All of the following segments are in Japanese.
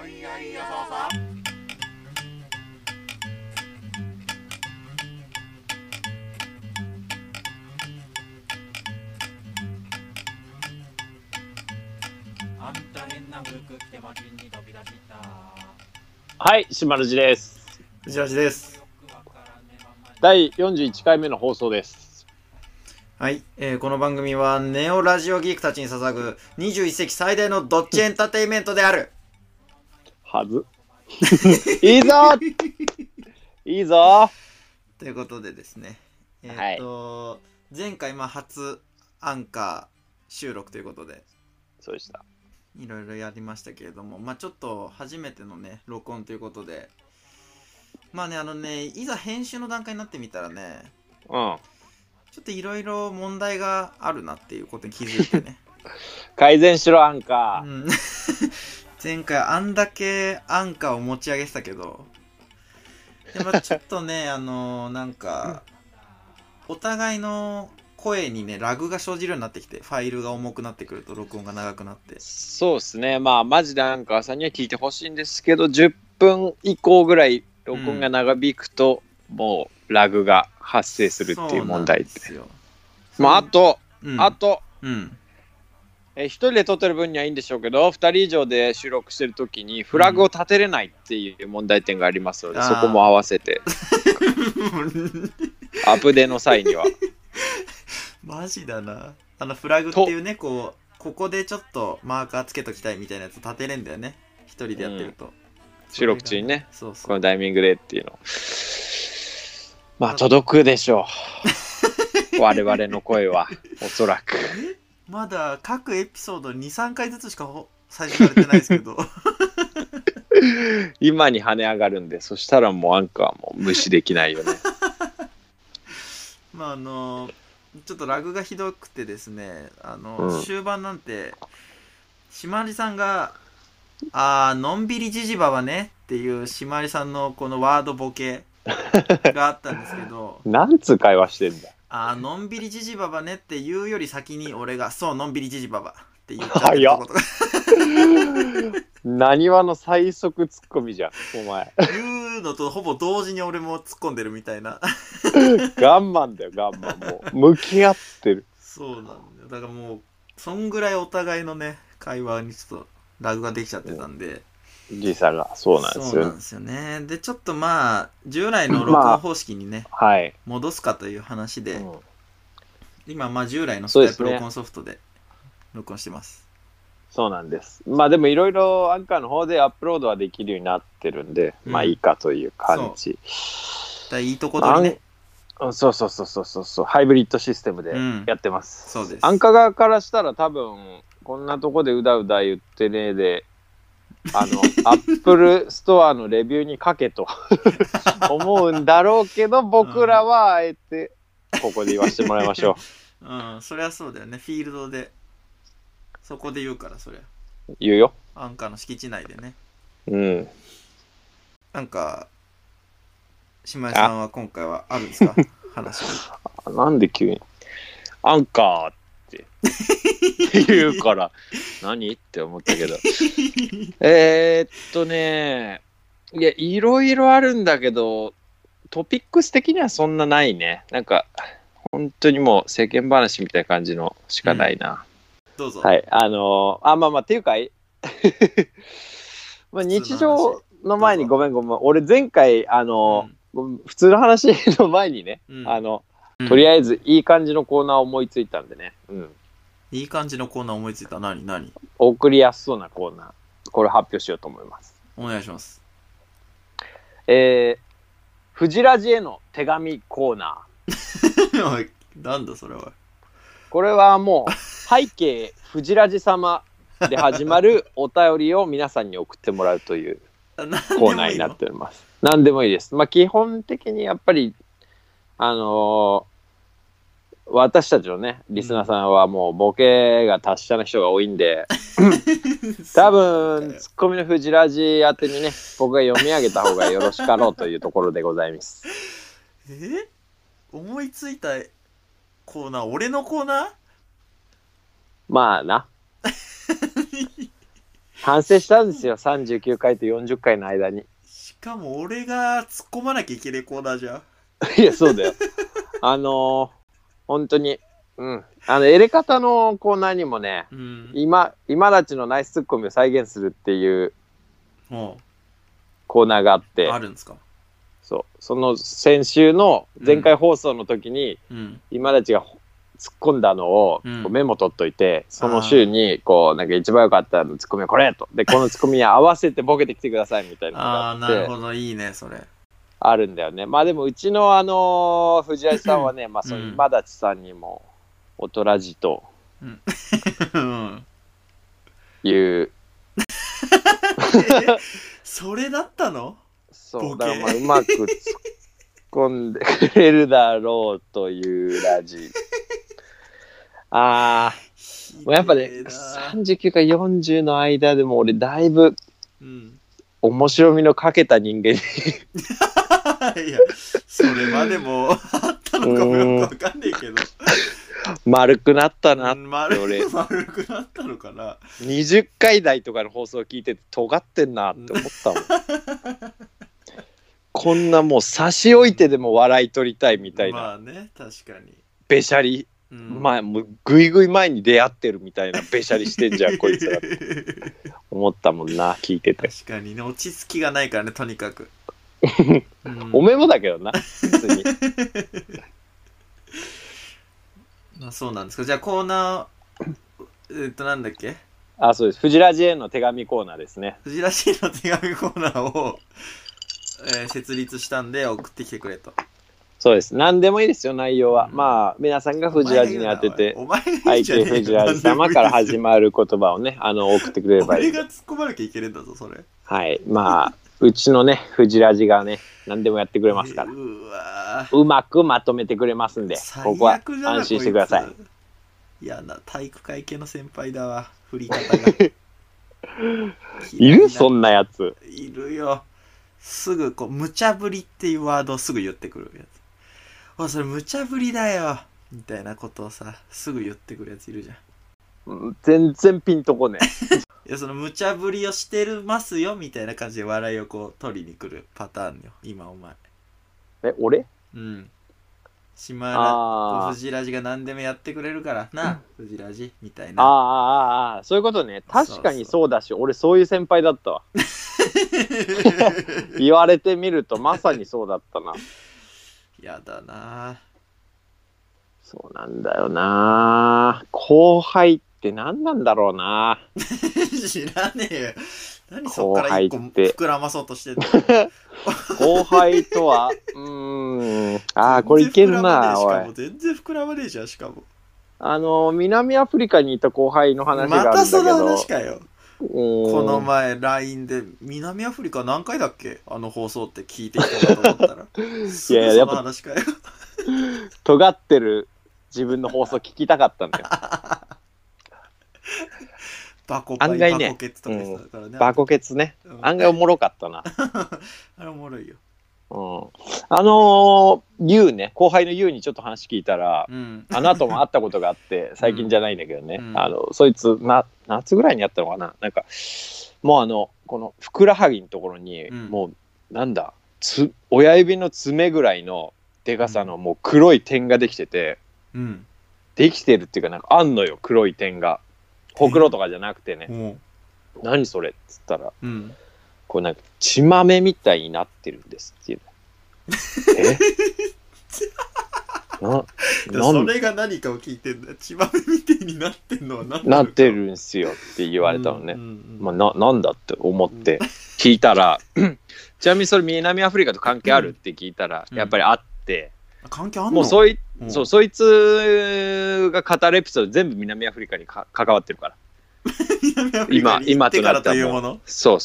いやいやそうそうあんた変な服着て街に飛び出した。 はい、島ラジです。 藤ラジです。 第41回目の放送です。 はい、この番組はネオラジオギークたちに捧ぐ21世紀最大のドッジエンターテインメントであるはずいいぞいいぞということでですね、 はい、 前回初アンカー収録ということでそうでした。 いろいろやりましたけれども、ちょっと初めてのね録音ということで、いざ編集の段階になってみたらね、ちょっといろいろ問題があるなっていうことに気づいてね改善しろアンカー、 前回あんだけアンカーを持ち上げてたけど、でちょっとねなんかお互いの声にねラグが生じるようになってきて、ファイルが重くなってくると録音が長くなって、 そうですね。マジでアンカーさんには聞いてほしいんですけど、10分以降ぐらい録音が長引くと、もうラグが発生するっていう問題で。あと、1人で撮ってる分にはいいんでしょうけど、2人以上で収録してるときにフラグを立てれないっていう問題点がありますので、そこも合わせてアップデーの際にはマジだな。フラグっていうね、ここでちょっとマーカーつけときたいみたいなやつ立てれんだよね、一人でやってると、 収録中にね、 そうそう、 このタイミングでっていうの届くでしょう我々の声はおそらくまだ各エピソード 2,3 回ずつしか再生されてないですけど今に跳ね上がるんで、そしたらもうアンカーも無視できないよねちょっとラグがひどくてですね、終盤なんて島地さんがのんびりじじばはねっていう島地さんのこのワードボケがあったんですけどなんつう会話してんだ。 のんびりじじばばねって言うより先に俺がそうのんびりじじばばって言っちゃってることが何話の最速ツッコミじゃんお前言うのとほぼ同時に俺も突っ込んでるみたいなガンマンだよ、ガンマン。もう向き合ってる。 そうなんだよ。だからもうそんぐらいお互いのね会話にちょっとラグができちゃってたんで、 時差がそうなんですよ。 そうなんですよね。でちょっと従来の録音方式にね、戻すかという話で、今従来のスカイプ録音ソフトで録音してます。 そうなんです。でもいろいろアンカーの方でアップロードはできるようになってるんで、いいかという感じ。 いいとこ取りね。 そうハイブリッドシステムでやってます。 そうです。 アンカー側からしたら多分こんなとこでうだうだ言ってねえでアップルストアのレビューに書けと思うんだろうけど、僕らはあえてここで言わせてもらいましょうそりゃそうだよね。フィールドでそこで言うから、そりゃ言うよ、 アンカーの敷地内でね。なんか島井さんは今回はあるんですか話なんで急にアンカーって言うから何って思ったけどいやいろいろあるんだけど、トピックス的にはそんなないね。なんか本当にもう世間話みたいな感じのしかないな、 どうぞ。 はい、っていうか日常の前にごめん俺前回普通の話の前にね、とりあえずいい感じのコーナー思いついたんでね、 いい感じのコーナー思いついた。何送りやすそうなコーナー、これ発表しようと思います。 お願いします。 フジラジへの手紙コーナーなんだそれは。 これはもう背景フジラジ様で始まるお便りを皆さんに送ってもらうというコーナーになっております。何でもいいです。基本的にやっぱり私たちのねリスナーさんはもうボケが達者な人が多いんで多分ツッコミのフジラジ宛てにね僕が読み上げた方がよろしかろうというところでございます。 思いついたコーナー、俺のコーナー？ まあな反省したんですよ、39回と40回の間に。 しかも俺が突っ込まなきゃいけないコーナーじゃん。 いや、そうだよ。本当に、エレカタのコーナーにもね、今たちのナイスツッコミを再現するっていうコーナーがあって、 あるんですか？ その先週の前回放送の時に、今たちが突っ込んだのをこうメモ取っといて、その週にこうなんか一番良かったツッコミはこれと、でこのツッコミに合わせてボケてきてくださいみたいなのがあって、 なるほど、いいねそれ。 あるんだよね。まあでもうちの藤井さんはね、まあその今立さんにもおとらじという、 それだったの？ そうだからまあうまく突っ込んでくれるだろうというラジ。もうやっぱね39から40の間でも俺だいぶ面白みのかけた人間にいや、それまでもあったのかもよくわかんないけど丸くなったなって俺丸くなったのかな。 20回台とかの放送を聞いてて尖ってんなって思ったもんこんなもう差し置いてでも笑い取りたいみたいな、 まあね、確かにべしゃり、まあもうぐいぐい前に出会ってるみたいなべしゃりしてんじゃんこいつらって思ったもんな、聞いてて。 確かにね、落ち着きがないからね、とにかくおめもだけどな別にまあそうなんですか。じゃあコーナーなんだっけ？ そうです。フジラジへの手紙コーナーですね。 フジラジへの手紙コーナーを、設立したんで送ってきてくれと。 そうです。何でもいいですよ、内容は。まあ皆さんがフジラジに当てて、相手フジラジ様から始まる言葉をね送ってくれればいい。 俺が突っ込まなきゃいけないんだぞそれ。 はい、まあうちのねフジラジがね何でもやってくれますから、うまくまとめてくれますんで、ここは安心してください。 いやな、体育会系の先輩だわ、振り方がいるそんなやつ。 いるよ。すぐこう無茶ぶりっていうワードをすぐ言ってくるやつ。それ無茶ぶりだよみたいなことをさ、すぐ言ってくるやついるじゃん。 全然ピンとこねいや、その無茶ぶりをしてますよみたいな感じで笑いをこう取りに来るパターンよ今お前。 俺？ 島らフジラジが何でもやってくれるからな、フジラジみたいな。 そういうことね。確かにそうだし、俺そういう先輩だったわ言われてみるとまさにそうだったな。 やだな。 そうなんだよな。後輩って何なんだろうな知らねえよ。何そっから一個膨らまそうとしてんの後輩とはこれいけるな。 しかも全然膨らまねえじゃん。しかも南アフリカにいた後輩の話があるんだけど、またその話かよ。この前 LINE で南アフリカ何回だっけあの放送って聞いてきたかと思ったらいややっぱ尖ってる自分の放送聞きたかったんだよバコパイバコケツとか言ってたからね。 バコケツね、案外おもろかったなあれおもろいよ。 ユウね、後輩のユウにちょっと話聞いたら、あの後も会ったことがあって最近じゃないんだけどね、そいつ夏ぐらいにやったのかな、なんかもうこのふくらはぎのところに、もうなんだ親指の爪ぐらいのでかさのもう黒い点ができてて、できてるっていうかなんかあんのよ、黒い点が。ほくろとかじゃなくてね、何それっつったら、こうなんか血豆みたいになってるんですっていうそれが何かを聞いてんだ。血豆みたいになってんのは何なってるんすよって言われたのね。なんだって思って聞いたらちなみにそれ南アフリカと関係あるって聞いたら、やっぱりあって、 関係あんの？ もうそいつが語るエピソード全部南アフリカに関わってるから今となってはもうそう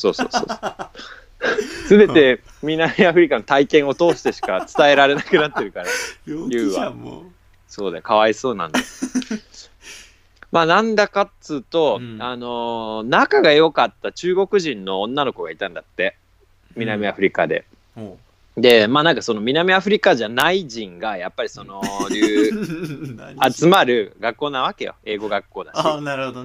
全て南アフリカの体験を通してしか伝えられなくなってるから言うわ。 そうだよ、かわいそうなんだよまあなんだかっつうと、仲が良かった中国人の女の子がいたんだって、南アフリカで。でまあなんかその南アフリカじゃない人がやっぱりその集まる学校なわけよ、英語学校だし。 なるほどね。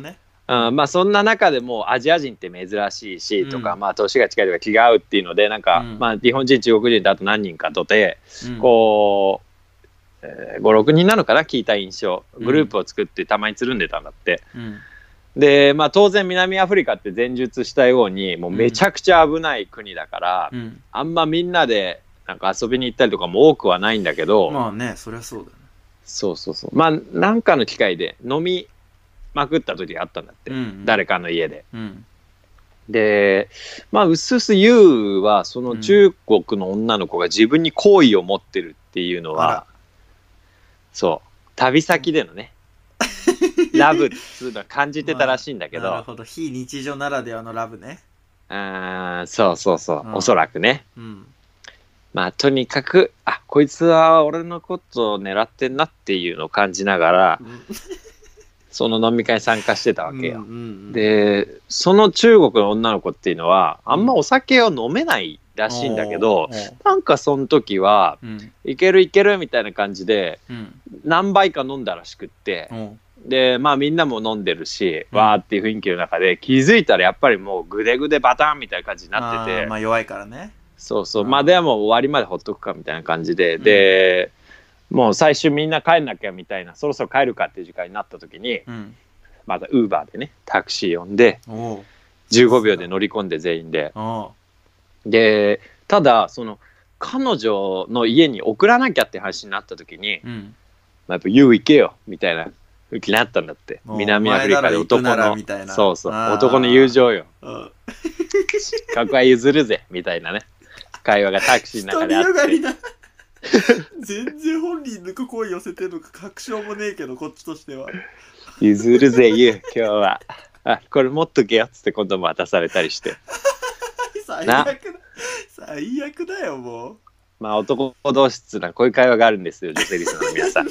まあそんな中でもアジア人って珍しいしとか、 うんまあ年が近いとか違うっていうのでなんか、 うんまあ日本人中国人とあと何人かとて、 うんこう、56人なのかな聞いた印象うんグループを作ってたまにつるんでたんだって。 うんでまあ当然南アフリカって前述したようにもうめちゃくちゃ危ない国だから、 うんあんまみんなでなんか遊びに行ったりとかも多くはないんだけど、 まあねそりゃそうだよねそうそうそうまあなんかの機会で飲みまくった時があったんだって、 うん誰かの家で。 うんでまあうすうす言うはその中国の女の子が自分に好意を持ってるっていうのは、 あらそう旅先でのねラブっつうのは感じてたらしいんだけど、 なるほど非日常ならではのラブねそうそうそう、 うんおそらくね。 うんまあとにかくこいつは俺のことを狙ってんなっていうのを感じながらその飲み会に参加してたわけよ。 うんうんうんでその中国の女の子っていうのはあんまお酒を飲めないらしいんだけど、なんかその時はうんいけるいけるみたいな感じでうん何杯か飲んだらしくって、 うんでまあみんなも飲んでるし、 うんわーっていう雰囲気の中で気づいたらやっぱりもうグデグデバタンみたいな感じになってて、 まあ弱いからねそうそう、 うんまあでも終わりまでほっとくかみたいな感じで、 うんでもう最終みんな帰んなきゃみたいなそろそろ帰るかっていう時間になった時にうんまたウーバーでねタクシー呼んでおう 15秒で乗り込んで全員で、 おうでただその彼女の家に送らなきゃって話になった時に、 うんまあ、やっぱ「ユー行けよ」みたいな風になったんだって。 お南アフリカで男お前なら行くならのみたいなそうそうあー男の友情ようんここは譲るぜみたいなね会話がタクシーの中独りであってよがりな全然本人抜く声寄せてんのか確証もねえけどこっちとしては譲るぜユー今日はこれ持っとけよっつって今度も渡されたりして最悪だ最悪だよもまあ男同士っつうのはこういう会話があるんですよ女性リスナーの皆さん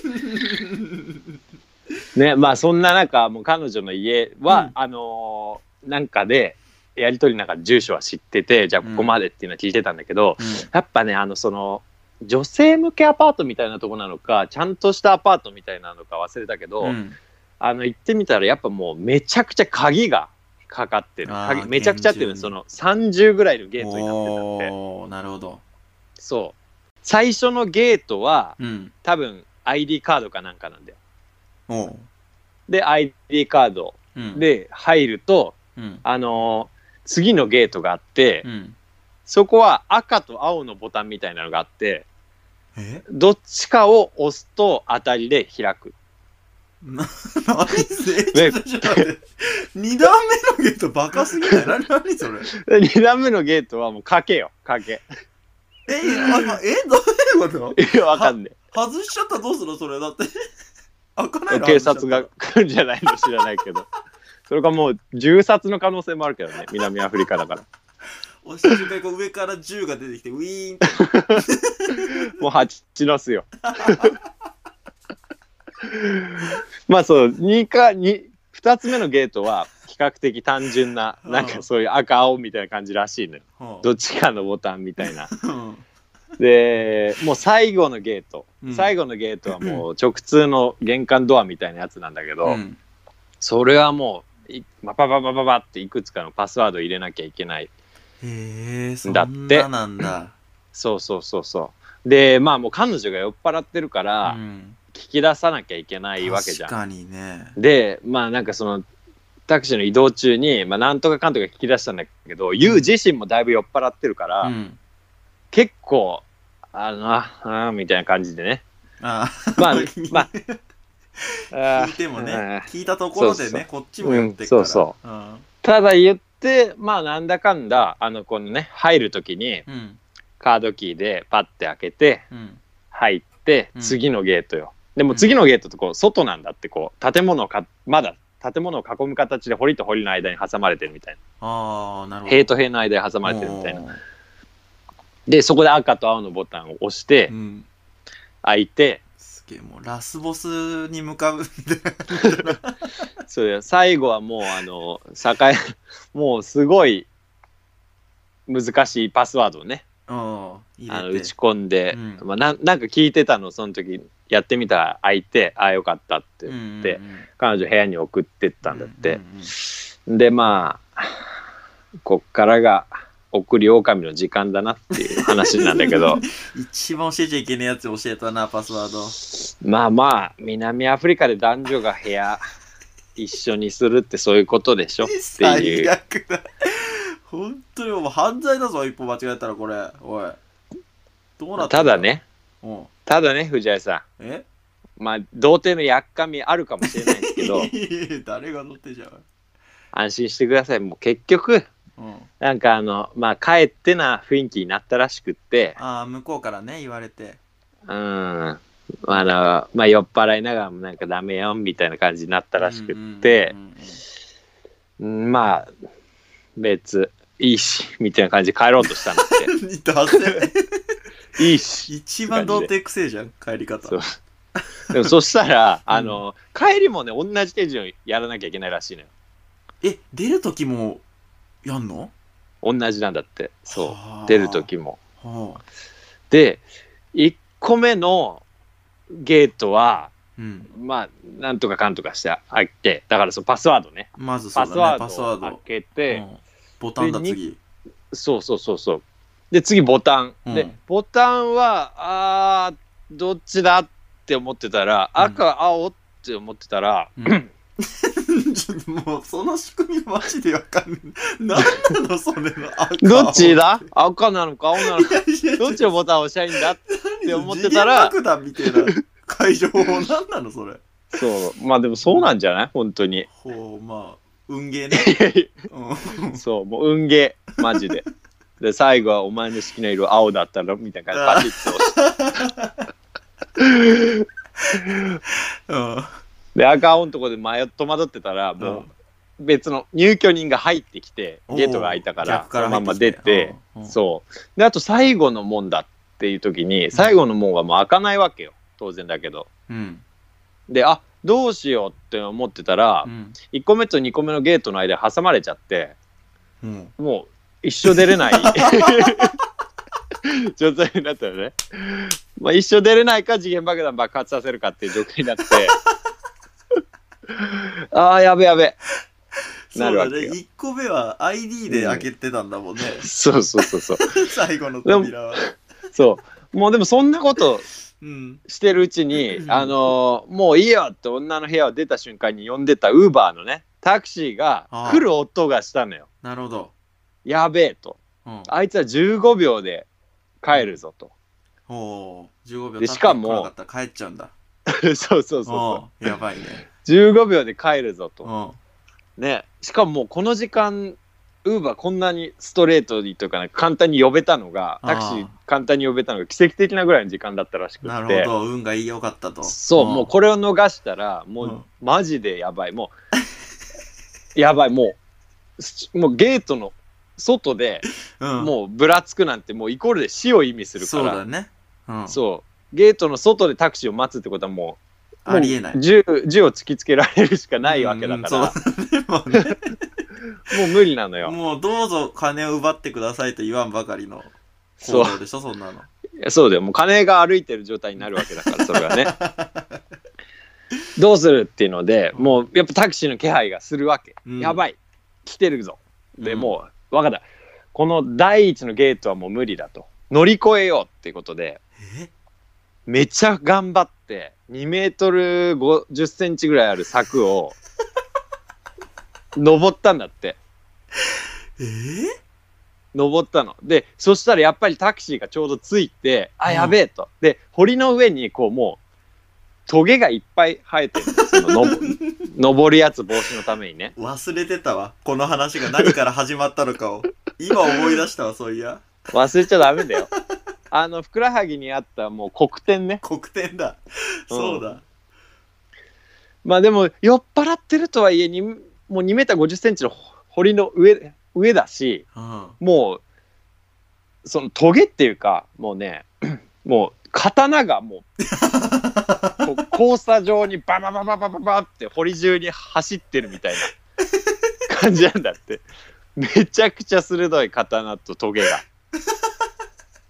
ねまあそんな中もう彼女の家は、なんかでやり取りなんか住所は知っててじゃあここまでっていうのは聞いてたんだけど、 う、 やっぱねその女性向けアパートみたいなとこなのかちゃんとしたアパートみたいなのか忘れたけど、 うん行ってみたらやっぱもうめちゃくちゃ鍵がかかってるあー鍵めちゃくちゃっていうのは厳重その30ぐらいのゲートになってたんでおーなるほどそう最初のゲートはうん多分 ID カードかなんかなんだよ。 おうで ID カードうんで入ると、 うん次のゲートがあって、 うんそこは赤と青のボタンみたいなのがあってどっちかを押すと当たりで開く。 何せちょっと待って2段目のゲートバカすぎない何それで2段目のゲートはもう賭けよ賭け。 どういうこといやわかんね外しちゃったらどうするのそれだって開かないえの警察が来るんじゃないの知らないけどそれかもう銃殺の可能性もあるけどね南アフリカだから押した瞬間にこう上から銃が出てきてウィーンってもう蜂の巣よまあそう2つ目のゲートは比較的単純ななんかそういう赤青みたいな感じらしいのよ。どっちかのボタンみたいな。 うんでもう最後のゲート、 うん最後のゲートはもう直通の玄関ドアみたいなやつなんだけど、 うんそれはもうパパパパパパっていくつかのパスワード入れなきゃいけない。 へえそんだってななんだそうそうそうそうでまあもう彼女が酔っ払ってるからうん聞き出さなきゃいけないわけじゃん。 確かにねでまあなんかそのタクシーの移動中に、まあ、なんとかかんとか聞き出したんだけど、ユウ自身もだいぶ酔っ払ってるから、 うん結構みたいな感じでねあまあ聞まあいてもねうん聞いたところでそうそうねこっちも寄ってくからそううんただ言ってまあなんだかんだこのね入る時にうんカードキーでパッて開けてうん入ってうん次のゲートよ、でも次のゲートとこう外なんだってこうまだ建物を囲む形で堀と堀の間に挟まれてるみたいなああなるほど塀と塀の間に挟まれてるみたいなおーでそこで赤と青のボタンを押してうん開いて、 すげえもうラスボスに向かうみたいなそれ最後はもうもうすごい難しいパスワードをね入れて打ち込んで、 うんまあ、なんか聞いてたのその時やってみたら開いて、ああよかったって言って、彼女部屋に送ってったんだって、でまあこっからが送り狼の時間だなっていう話なんだけど一番教えちゃいけないやつ教えたな、パスワード。 まあ南アフリカで男女が部屋一緒にするってそういうことでしょっていう。 最悪だ。本当にもう犯罪だぞ、一歩間違えたらこれ。おい。どうなってんただ。ねうん。 藤井さえん、まあ童貞のやっかみあるかもしれないんですけど誰が乗ってんじゃん。 安心してください。もう結局うん。 なんかまあ帰ってな雰囲気になったらしくって、 ああ、向こうからね、言われて。 まあ酔っ払いながらもなんかダメよみたいな感じになったらしくって、まあ別いいしみたいな感じで帰ろうとしたんだっていいし一番童貞くせえじゃん、帰り方。 そうでもそしたら帰りもね同じ手順やらなきゃいけないらしいのよ。 え、出る時もやんの？ 同じなんだって。そはあう出る時も。 はあ。 で1個目のゲートはうん。 まあなんとかかんとかして開いて、だからそのパスワードね、 まずそうだね、パスワード。 開けて、 うんボタンだ、次。 そうで次ボタン、 うんでボタンはどっちだって思ってたら、赤青って思ってたら、 ちょっともうその仕組みマジでわかんない。何なのそれの赤。 どっちだ赤なのか青なのかいやどっちのボタンを押したらいいんだって思ってたら、 次元爆弾みたいな会場法何なのそれ。 そうまあでもそうなんじゃない本当に。 ほう、まあ運ゲーね。うんそうもう運ゲーマジで。で最後はお前の好きな色青だったらみたいな感じでパチッと押してうんで赤青のとこで戸惑ってたらもう別の入居人が入ってきて、ゲートが開いたから逆からそのまま入ってきて出て、 うんそうであと最後の門だっていう時に最後の門はもう開かないわけよ、当然だけど。 うんでどうしようって思ってたら、 うん 1個目と2個目のゲートの間挟まれちゃって、 うんもう一生出れない状態になったよね。まあ一生出れないか時限爆弾爆発させるかっていう状況になってやべなそうだね、 るわけよ。 1個目は ID で開けてたんだもんね、 そう最後の扉は。 そうもうでもそんなことうんしてるうちにうんもういいよって女の部屋を出た瞬間に呼んでたウーバーのねタクシーが来る音がしたのよ。 なるほど。 やべえと、 うんあいつは15秒で帰るぞとおー15秒で経ってしかも来なかったら帰っちゃうんだ。 そうおーやばいね。 15秒で帰るぞとうんね。しかももうこの時間ウーバーこんなにストレートにというか、ね、簡単に呼べたのがタクシー簡単に呼べたのが奇跡的なぐらいの時間だったらしくって。 なるほど、運が良かったと。 そう、もうこれを逃したらもう、マジでやばいもうやばいもうゲートの外で、 うん、 もうぶらつくなんてもうイコールで死を意味するからそうだね、うん、 そうゲートの外でタクシーを待つってことはもうありえない。 銃を突きつけられるしかないわけだから、 そうねもう無理なのよ。 もうどうぞ金を奪ってくださいと言わんばかりの行動でしょ、そんなの。 いやそうだよ、もう金が歩いてる状態になるわけだからそれはねどうするっていうのでもうやっぱタクシーの気配がするわけ、 うん、 やばい来てるぞで、 うんもう分かったこの第一のゲートはもう無理だと乗り越えようっていうことでめっちゃ頑張って2メートル50センチぐらいある柵を登ったんだって登ったので、そしたらやっぱりタクシーがちょうどついてやべえと、で堀の上にこうもうトゲがいっぱい生えてるんですよ登るやつ防止のためにね。 忘れてたわ、この話が何から始まったのかを今思い出したわ。そういや忘れちゃダメだよふくらはぎにあったもう黒点ね。 黒点だ、そうだ。 まあでも酔っ払ってるとはいえもう2メーター50センチの堀の上だし、 うん、 もうそのトゲっていうかもうねもう刀がもう交差状にバババババババって堀中に走ってるみたいな感じなんだって。めちゃくちゃ鋭い刀とトゲが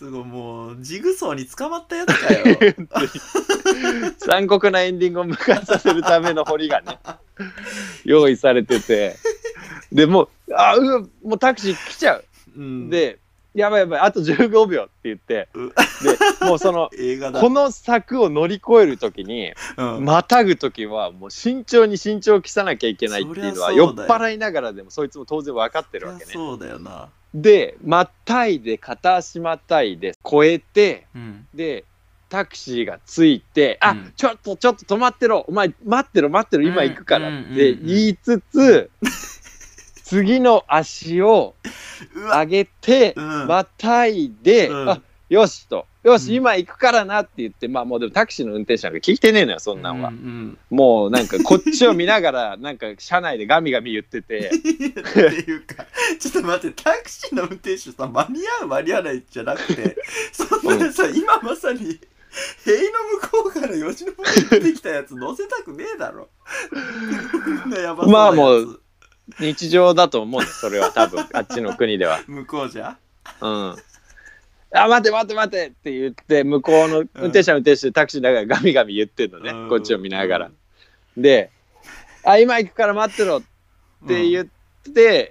すごい、もうジグソーに捕まったやつかよ。 残酷なエンディングを迎えさせるための堀がね用意されてて、でもうもうタクシー来ちゃう、 うん、 でやばいやばいあと15秒って言って、でもうその映画だ。 この柵を乗り越えるときに、またぐときはもう慎重に慎重を期さなきゃいけないっていうのは酔っ払いながらでもそいつも当然分かってるわけね。 そうだよな。 でまたいで片足またいで越えて、でタクシーが着いて、ちょっと止まってろ、お前待ってろ今行くからって言いつつ、次の足を上げて、またいで、よし今行くからなって言って、まあもうでもタクシーの運転手なんか聞いてねえのよそんなんは、もうなんかこっちを見ながらなんか車内でガミガミ言っててっていうか、ちょっと待って、タクシーの運転手さ、間に合う間に合わないじゃなくて、そんなさ、今まさに塀の向こうから吉野森に出てきたやつ乗せたくねえだろ。 まあもう日常だと思うね、それは多分あっちの国では。 向こうじゃ待てって言って向こうの運転手でタクシーだからガミガミ言ってんのね、こっちを見ながら。で今行くから待ってろって言って、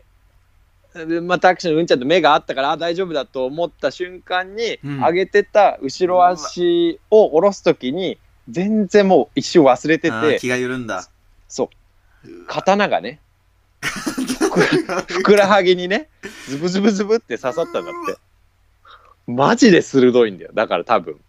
でタクシーのうんちゃんと目があったから大丈夫だと思った瞬間に、上げてた後ろ足を下ろす時に全然もう一瞬忘れてて、 気が緩んだ。 そう刀がねふくらはぎにねズブズブズブって刺さったんだって。マジで鋭いんだよだから多分。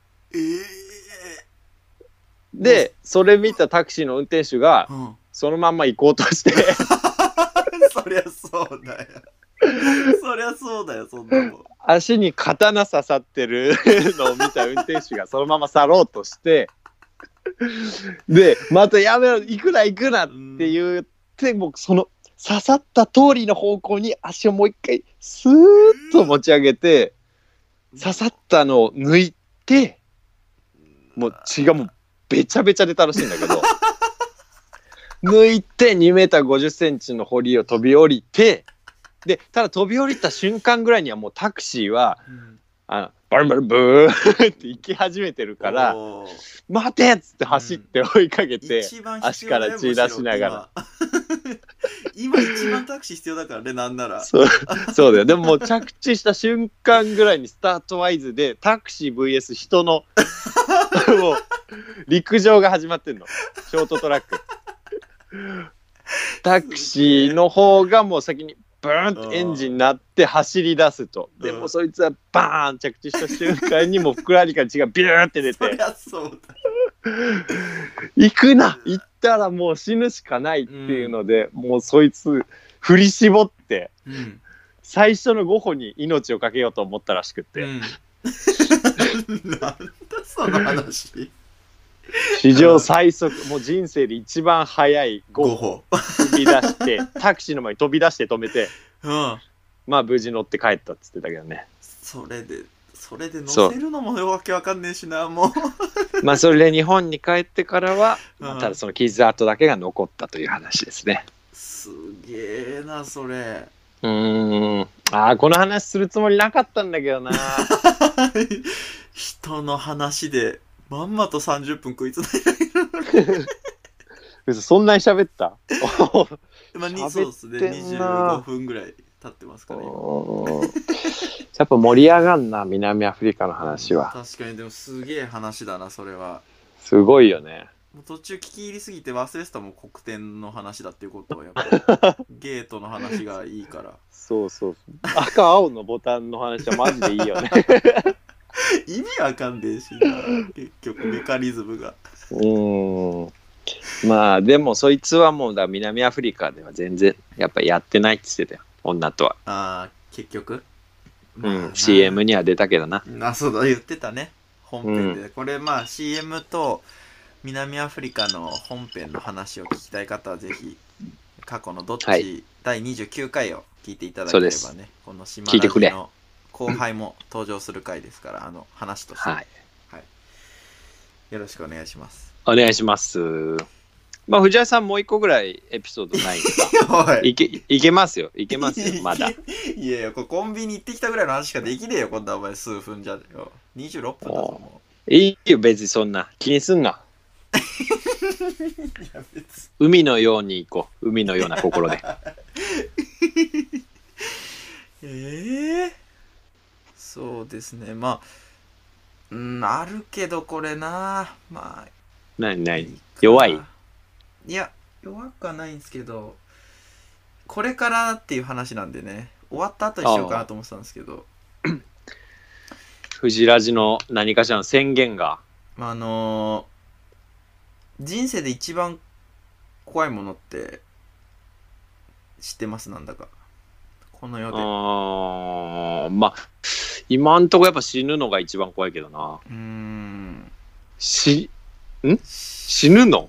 でそれ見たタクシーの運転手が、そのまんま行こうとしてそりゃそうだよそりゃそうだよ、そんなもん。 足に刀刺さってるのを見た運転手がそのまま去ろうとしてでまたやめろ行くなって言って、もうその刺さった通りの方向に足をもう一回スーッと持ち上げて、刺さったのを抜いて、もう血がもうべちゃべちゃ出たらしいんだけど抜いて2メーター50センチの堀を飛び降りて、でただ飛び降りた瞬間ぐらいにはもうタクシーは、バルバルブーって行き始めてるから待てっつって走って追いかけて、足から血出しながら今一番タクシー必要だからね、なんなら。 そうだよ。でももう着地した瞬間ぐらいにスタートワイズでタクシー vs 人のもう陸上が始まってんの、ショートトラック。タクシーの方がもう先にブーンとエンジンになって走り出すと、でもそいつはバーン着地した瞬間にもうふくらはぎから血がビューって出て、 そりゃそうだ行くな、行ったらもう死ぬしかないっていうので、もうそいつ振り絞って、最初の5歩に命をかけようと思ったらしくって、 なんだその話。 史上最速、もう人生で一番速い5歩飛び出してタクシーの前に飛び出して止めて、まあ無事乗って帰ったっつってたけどね。 それで乗せるのもわけわかんねえしな、もうまあそれで日本に帰ってからは、ただその傷跡だけが残ったという話ですね。 すげえなそれ。 この話するつもりなかったんだけどな人の話でまんまと30分食いつないだそんなに喋ったまあそうですね、25分ぐらい経ってますかね。 やっぱ盛り上がんな、南アフリカの話は。 確かに、でもすげえ話だなそれは。 すごいよね。 もう途中聞き入りすぎて忘れてたもん、黒点の話だっていうことは。やっぱゲートの話がいいから。 そう赤青のボタンの話はマジでいいよね意味わかんねえしな、結局メカニズムが。 まあでもそいつはもう南アフリカでは全然やっぱやってないって言ってたよ、女とは。 結局 CM には出たけどな。 そうだ、言ってたね、本編で。これまあ CM と南アフリカの本編の話を聞きたい方はぜひ過去のどっち、第29回を聞いていただければね、この島ラジの後輩も登場する回ですから、話として、よろしくお願いします。 お願いします。 まあ藤原さんもう一個ぐらいエピソードないですか？ おい。 いけますよ。いけますよ。まだ。 いやいや、これコンビニ行ってきたぐらいの話しかできねえよ、こんなお前数分じゃよ。26分だぞ、もいいよ、別にそんな。気にすんな。 う。いや、別海のように行こう。海のような心で。 そうですね。まあ、あるけどこれな。まあ、 ないない。 いか弱い？ いや、弱くはないんですけど、これからっていう話なんでね、終わった後にしようかなと思ってたんですけど、 藤ラジの何かしらの宣言が。 まあ、人生で一番怖いものって知ってます？なんだか。この世で。 まあ、今んとこやっぱ死ぬのが一番怖いけどな。死ぬの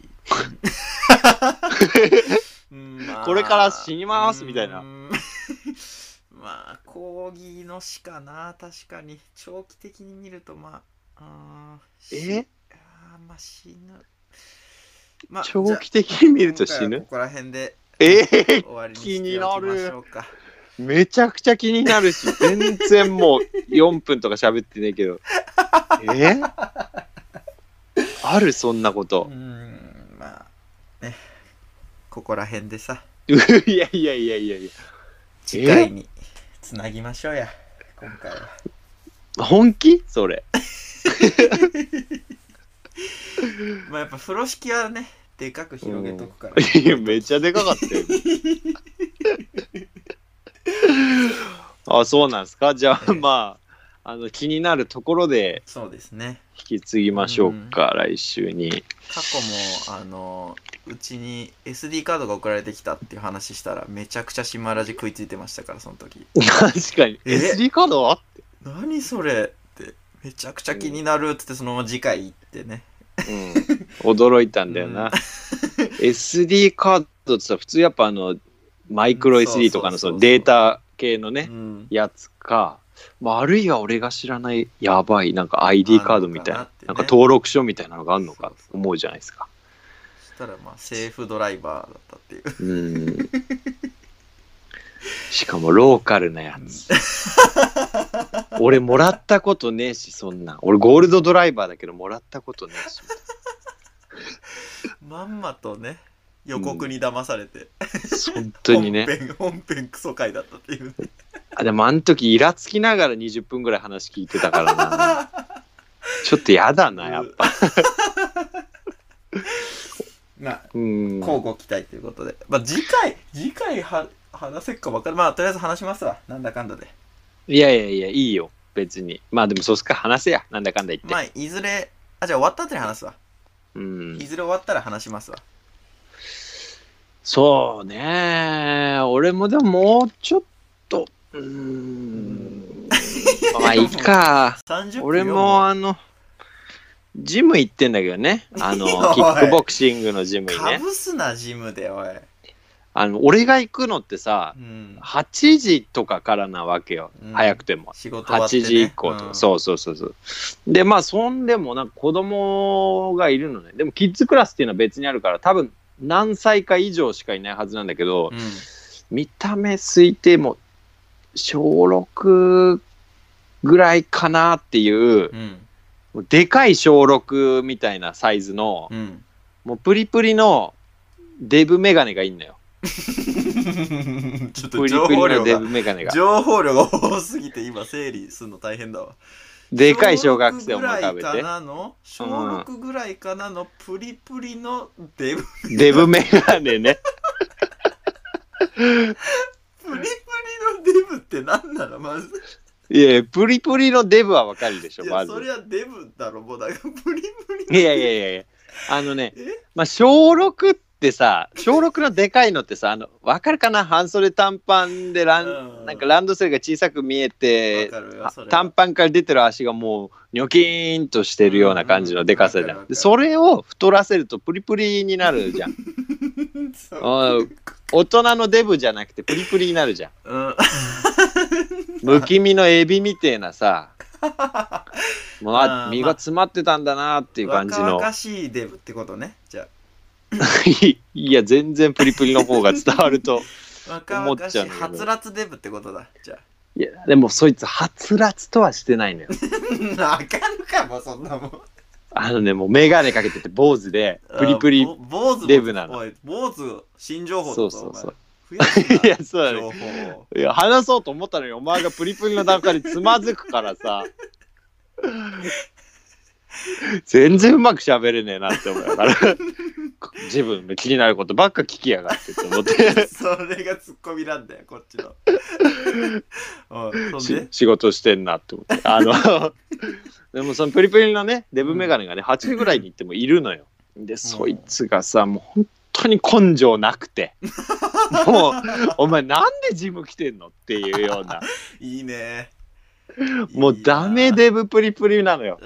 これから死にますみたいな。 まあ講義の死かな。確かに長期的に見るとまあまあ死ぬ、まあ、 長期的に見ると死ぬ。 ここら辺で終わりにしておきましょうか。 めちゃくちゃ気になるし、全然もう4分とか喋ってねえけど。あるそんなこと。 まあね、ここら辺でさ。 いやいやいやいやいや。 次回につなぎましょうや、今回は。 本気それ。 まあやっぱ風呂敷はね、でかく広げとくから。 いや、めっちゃでかかったよ。あ、そうなんですか。じゃあ、まあ、気になるところで、 そうですね。 引き継ぎましょうか、来週に。 過去も、うちに SD カードが送られてきたっていう話したら、めちゃくちゃ島ラジ食いついてましたから、その時。 確かに。SD カードはって。 何それって、めちゃくちゃ気になるってって、そのまま次回行ってね。 驚いたんだよな。SD カードってさ、普通やっぱマイクロ SD とかのそのデータ系のね、やつか、まあ、あるいは俺が知らないやばいなんか ID カードみたいな、なんか登録書みたいなのがあるのかと思うじゃないですか。 そしたらまあセーフドライバーだったっていう。 しかもローカルなやつ。俺もらったことねえし、そんな。俺ゴールドドライバーだけどもらったことねえし。 まんまとね、予告に騙されて、 本当にね。 本編クソ回だったっていう。 でもあの時イラつきながら20分ぐらい話聞いてたからな。ちょっとやだな、やっぱ。 まあ、交互期待ということで。まあ次回話せっか分かる。まあとりあえず話しますわ。なんだかんだで。 いやいやいや、いいよ。別に。まあでもそうすか、話せや。なんだかんだ言って。 まあいずれ、じゃあ終わった後に話すわ。いずれ終わったら話しますわ。 そうね。俺もでももうちょっと、まあいいか。俺もジム行ってんだけどね。キックボクシングのジムにね。 かぶすな、ジムで、おい。 俺が行くのってさ、8時とかからなわけよ。早くても。 仕事終わってね。 8時以降とか。そうそうそうそう。で、まあ、そんでもなんか子供がいるのね。でも、キッズクラスっていうのは別にあるから、多分、何歳か以上しかいないはずなんだけど、見た目推定も、小6ぐらいかなっていう、でかい小6みたいなサイズの、もうプリプリのデブメガネがいんのよ。 ちょっと情報量が多すぎて今整理するの大変だわ。 でかい小学生を思い浮かべて。 小6ぐらいかなのプリプリのデブメガネね。 プリプリのデブって何なのまず。 いやプリプリのデブはわかるでしょ、まず。 そりゃデブだろ、もうだからプリプリ。 いやいやいやまあ小6ってさ、小6のでかいのってさ、わかるかな、半袖短パンでなんかランドセルが小さく見えて、短パンから出てる足がもうニョキーンとしてるような感じのでかさじゃん。それを太らせるとプリプリになるじゃん。大人のデブじゃなくてプリプリになるじゃん。むき身のエビみてえなさ、もう身が詰まってたんだなっていう感じの。 若々しいデブってことね、じゃあ。 いや、全然プリプリの方が伝わると。 若々しいはつらつデブってことだ。じゃいや、でもそいつ、はつらつとはしてないのよ。 あ。あかんかも、そんなもん。 もうメガネかけてて坊主で、プリプリ。 坊主デブなのおい、坊主、新情報だぞ。 そうそうそうお前。増やすないや、そうだね。 情報を。 いや、話そうと思ったのに、お前がプリプリの段階でつまずくからさ。全然うまく喋れねえなって思うから自分で気になることばっか聞きやがってって思ってそれがツッコミなんだよ、こっちの。おい、そんで仕事してんなって思ってでもそのプリプリのねデブメガネがね8時ぐらいに行ってもいるのよ。でそいつがさもう本当に根性なくてもうお前なんでジム来てんのっていうようないいね。 もうダメデブプリプリなのよ。 うん。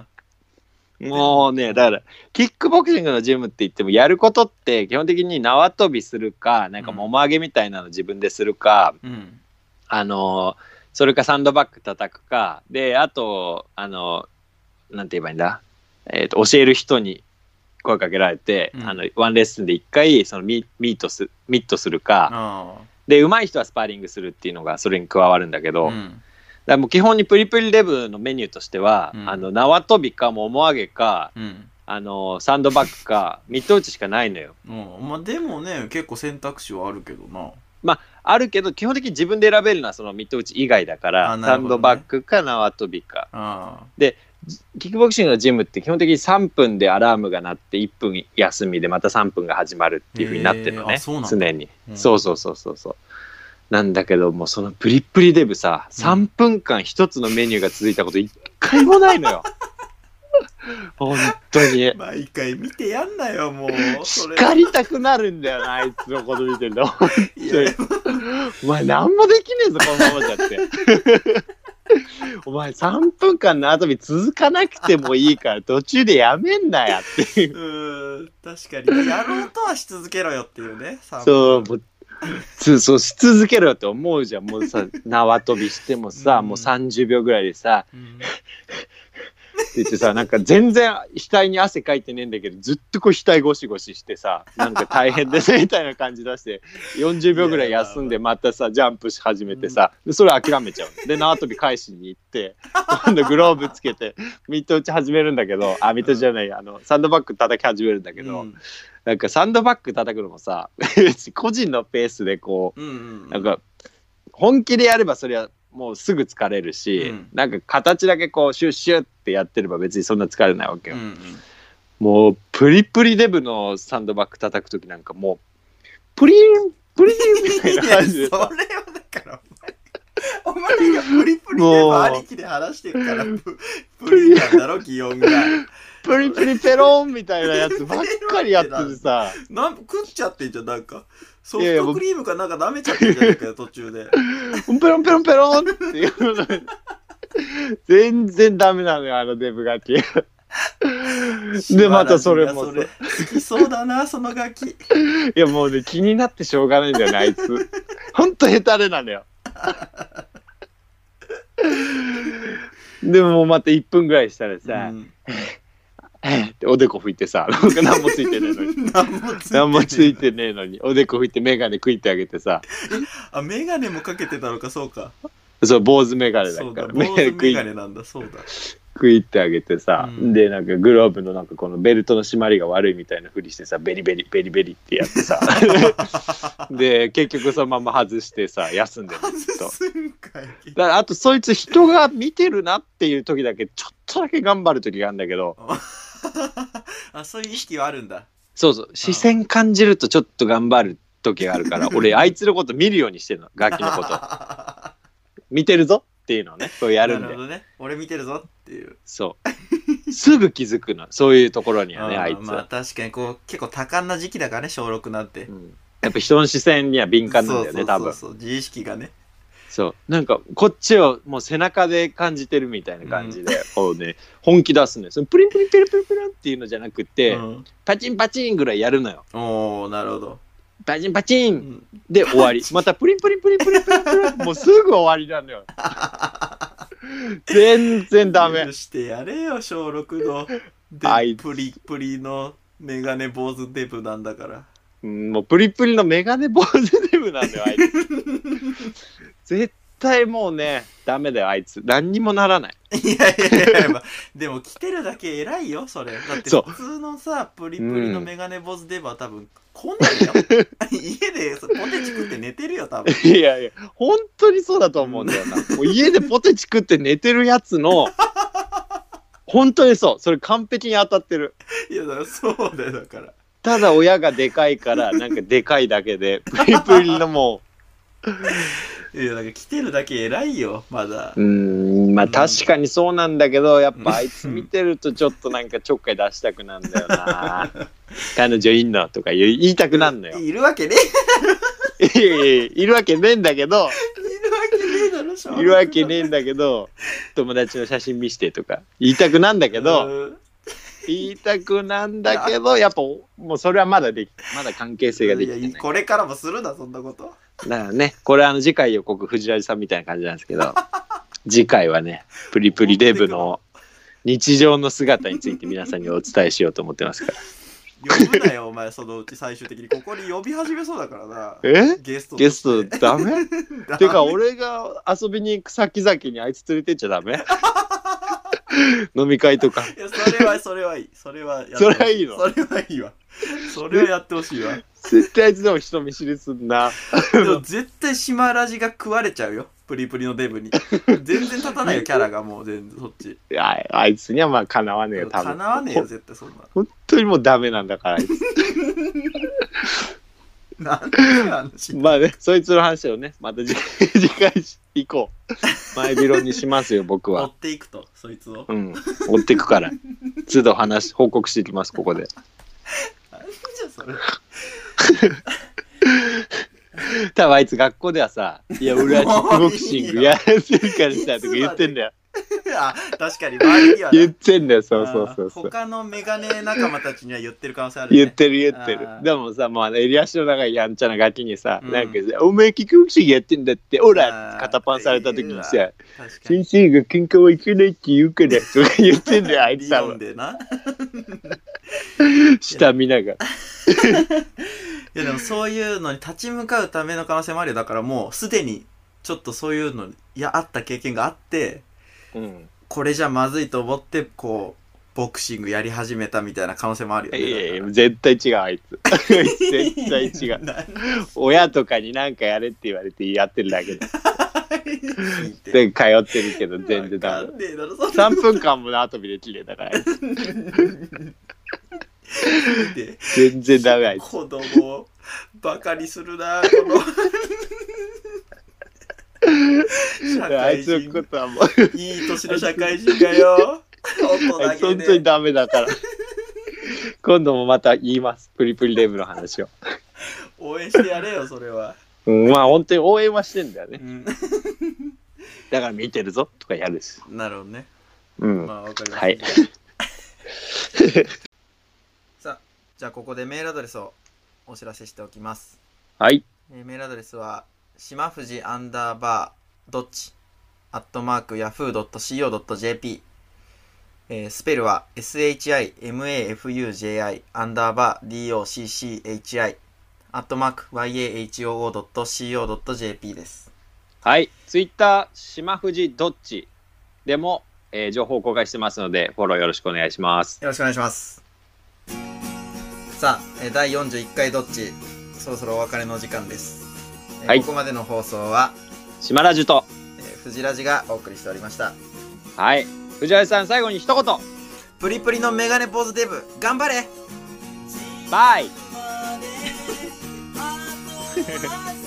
もうね、だから、キックボクシングのジムって言っても、やることって基本的に縄跳びするか、なんかもも上げみたいなの自分でするか、 うん。 それかサンドバッグ叩くか、で、あと、なんて言えばいいんだ、教える人に声かけられて、 うんワンレッスンで一回、そのミットするか、 あで、上手い人はスパーリングするっていうのがそれに加わるんだけあ。 ど、 うん。 だからもう基本にプリプリデブのメニューとしては、 うん縄跳びかもも上げか、 うん。 サンドバッグかミット打ちしかないのよ。 まあでもね、結構選択肢はあるけどな。 あるけど基本的に自分で選べるのはそのミット打ち以外だから、 あなるほどねサンドバッグか縄跳びか。 あキックボクシングのジムって基本的に3分でアラームが鳴って1分休みでまた3分が始まるっていう風になってるのね、 そうなんだ常に、 うんそうなんだけどもうそのプリップリデブさ3分間一つのメニューが続いたこと一回もないのよ本当にあ。毎回見てやんなよ、もう。それ。 叱りたくなるんだよなあいつのこと見てるといや、 お前何もできねえぞこのままじゃってお前3分間縄跳び続かなくてもいいから途中でやめんなやっていう確かに。やろうとはし続けろよっていうね。 そうもうそうし続けろよって思うじゃん。もうさ縄跳びしてもさ、もう30秒ぐらいでさ、 うんって言ってさなんか全然額に汗かいてねえんだけどずっとこう額ゴシゴシしてさなんか大変ですみたいな感じ出して40秒ぐらい休んでまたさジャンプし始めてさ、でそれ諦めちゃうで縄跳び返しに行って今度グローブつけてミット打ち始めるんだけどミットじゃないサンドバッグ叩き始めるんだけど、なんかサンドバッグ叩くのもさ個人のペースでこう、なんか本気でやればそれはもうすぐ疲れるし、なんか形だけこうシュッシュッってやってれば別にそんな疲れないわけよ、もうプリプリデブのサンドバッグ叩く時なんかもうプリンプリンみたいな感じでそれはだからお前がプリプリデブありきで話してるからプリンなんだろ擬音がプリプリペロンみたいなやつばっかりやっててさ食っちゃってんじゃんなんかソフトクリームかなんか舐めちゃってんじゃないかよ途中でペロンペロンペロンっていうの全然ダメなのよデブガキでまたそれも好きそうだなそのガキいやもうね気になってしょうがないんだよねあいつほんとヘタレなのよでももうまた1分ぐらいしたらさ、っておでこ拭いてさ何もついてねえのに何もついてねえのにおでこ拭いて眼鏡食いてあげてさあ眼鏡もかけてたのかそうかそう坊主眼鏡だからそうだ坊主眼鏡なんだそうだ食いってあげてさ、でなんかグローブのなんかこのベルトの締まりが悪いみたいなふりしてさベリベリベリベリってやってさで結局そのまま外してさ休んでるずっとだからあとそいつ人が見てるなっていう時だけちょっとだけ頑張る時があるんだけどあそういう意識はあるんだそう視線感じるとちょっと頑張る時があるから俺あいつのこと見るようにしてるのガキのこと見てるぞっていうのをねこうやるんでなるほどね俺見てるぞっていうそうすぐ気づくのそういうところにはねあいつまあ確かにこう結構多感な時期だからね小6なんて、 やっぱ人の視線には敏感なんだよね多分そう自意識がねそうなんかこっちをもう背中で感じてるみたいな感じで、こうね本気出すのよそのプリンプリンペルペルペルっていうのじゃなくて、パチンパチンぐらいやるのよおおなるほどパチンパチンで終わりまたプリンプリンプリンプリンプリンプリンもうすぐ終わりなのよ全然ダメしてやれよ小6のあいプリプリのメガネ坊主デブなんだから。 もうプリプリのメガネ坊主デブなんだよ、あいつ。絶対もうね、ダメだよ、あいつ。何にもならない。 いやいやいや、まあ、でも着てるだけ偉いよ、それ。だってそう普通のさ、プリプリのメガネ坊主デブは多分来ないよ。家でポテチ食って寝てるよ、多分。 いやいや、本当にそうだと思うんだよな。もう家でポテチ食って寝てるやつの、本当にそう。それ完璧に当たってる。 いや、だからそうだよ、だから。 ただ親がでかいからなんかでかいだけでプリプリのもいや、だから着てるだけ偉いよ、まだ。 まあ確かにそうなんだけど、やっぱあいつ見てるとちょっとなんかちょっかい出したくなんだよな。彼女いんのとか言いたくなんのよ。 いるわけねいやいやいるわけねえんだけど、 いるわけねえだろ、しょうがないいるわけねえんだけど、友達の写真見してとか言いたくなんだけど、言いたくなんだけど、やっぱもうそれはまだ関係性ができてない。 これからもするな、そんなこと。 だからね、これ次回予告藤ラジさんみたいな感じなんですけど、次回はね、プリプリデブの日常の姿について皆さんにお伝えしようと思ってますから。 呼ぶなよ、お前、そのうち最終的にここに呼び始めそうだからな。ゲストゲストダメダメてか俺が遊びに行く先々にあいつ連れてっちゃダメ飲み会とか。 いや、それはいい。それはやってほしそれはいいのそれはいいわ。それはやってほしいわ。 絶対あいつでも人見知りすんな。 でも絶対島ラジが食われちゃうよ。プリプリのデブに。全然立たないよ、キャラがもう全然そっち。 いやあいつにはまあかなわねえよ、多分。 かなわねえよ、絶対そんな。 本当にもうダメなんだから、あいつ。 なんで話まあね、そいつの話をね、また次回以降、前広にしますよ、僕追は。 っていくと、そいつを。 うん、追っていくから。都度報告していきます、ここで。 なんじゃそれ。 多分あいつ学校ではさ、いや、俺はキックボクシングやらせるからさ、とか言ってんだよ。 あ、確かに周りにはな言ってんだよ、そうそうそうそう。 他のメガネ仲間たちには言ってる可能性あるね。 言ってる。 あーでもさ、もう襟足の長いやんちゃなガキにさ、 うんなんかさ、お前キックボクシングやってんだって、オラあー肩パンされた時にさ、 確かに。 先生が喧嘩はいけないって言うから、とか言ってんだよ、あいつリさオンでな。 下見ながら。 いやでもそういうのに立ち向かうための可能性もあるよ。だからもうすでにちょっとそういうのあった経験があって、 うん。 これじゃまずいと思ってこうボクシングやり始めたみたいな可能性もあるよね。 いやいや、絶対違う、あいつ。絶対違う。親とかになんかやれって言われてやってるだけで。で、通ってるけど全然ダメ。3分間も縄跳びで綺麗だから、あいつ。全然ダメ、あいつ。 子供をバカにするな、この社あ会いつの人。 ことはもう、 いい年の社会人がよ。 あいつ本当にダメだから。今度もまた言います。プリプリデブの話を。 応援してやれよ、それは。 まあ本当に応援はしてんだよね。 うんだから見てるぞとかやるし。 なるほどね。 うん。 まあわかりました。 はい。 さあ、じゃあここでメールアドレスをお知らせしておきます。 はい。 メールアドレスは、島藤_どっち@yahoo.co.jp、スペルは SHIMAFUJI _DOCCHI @yahoo.co.jp です。 はい。ツイッター、島藤どっちでも、情報を公開してますので、フォローよろしくお願いします。 よろしくお願いします。さあ、第41回どっち、そろそろお別れのお時間です。 はいここまでの放送は、 島ラジと、 フジラジがお送りしておりました。 はい。藤原さん、最後に一言。 プリプリのメガネ坊主デブ、頑張れ。 バイ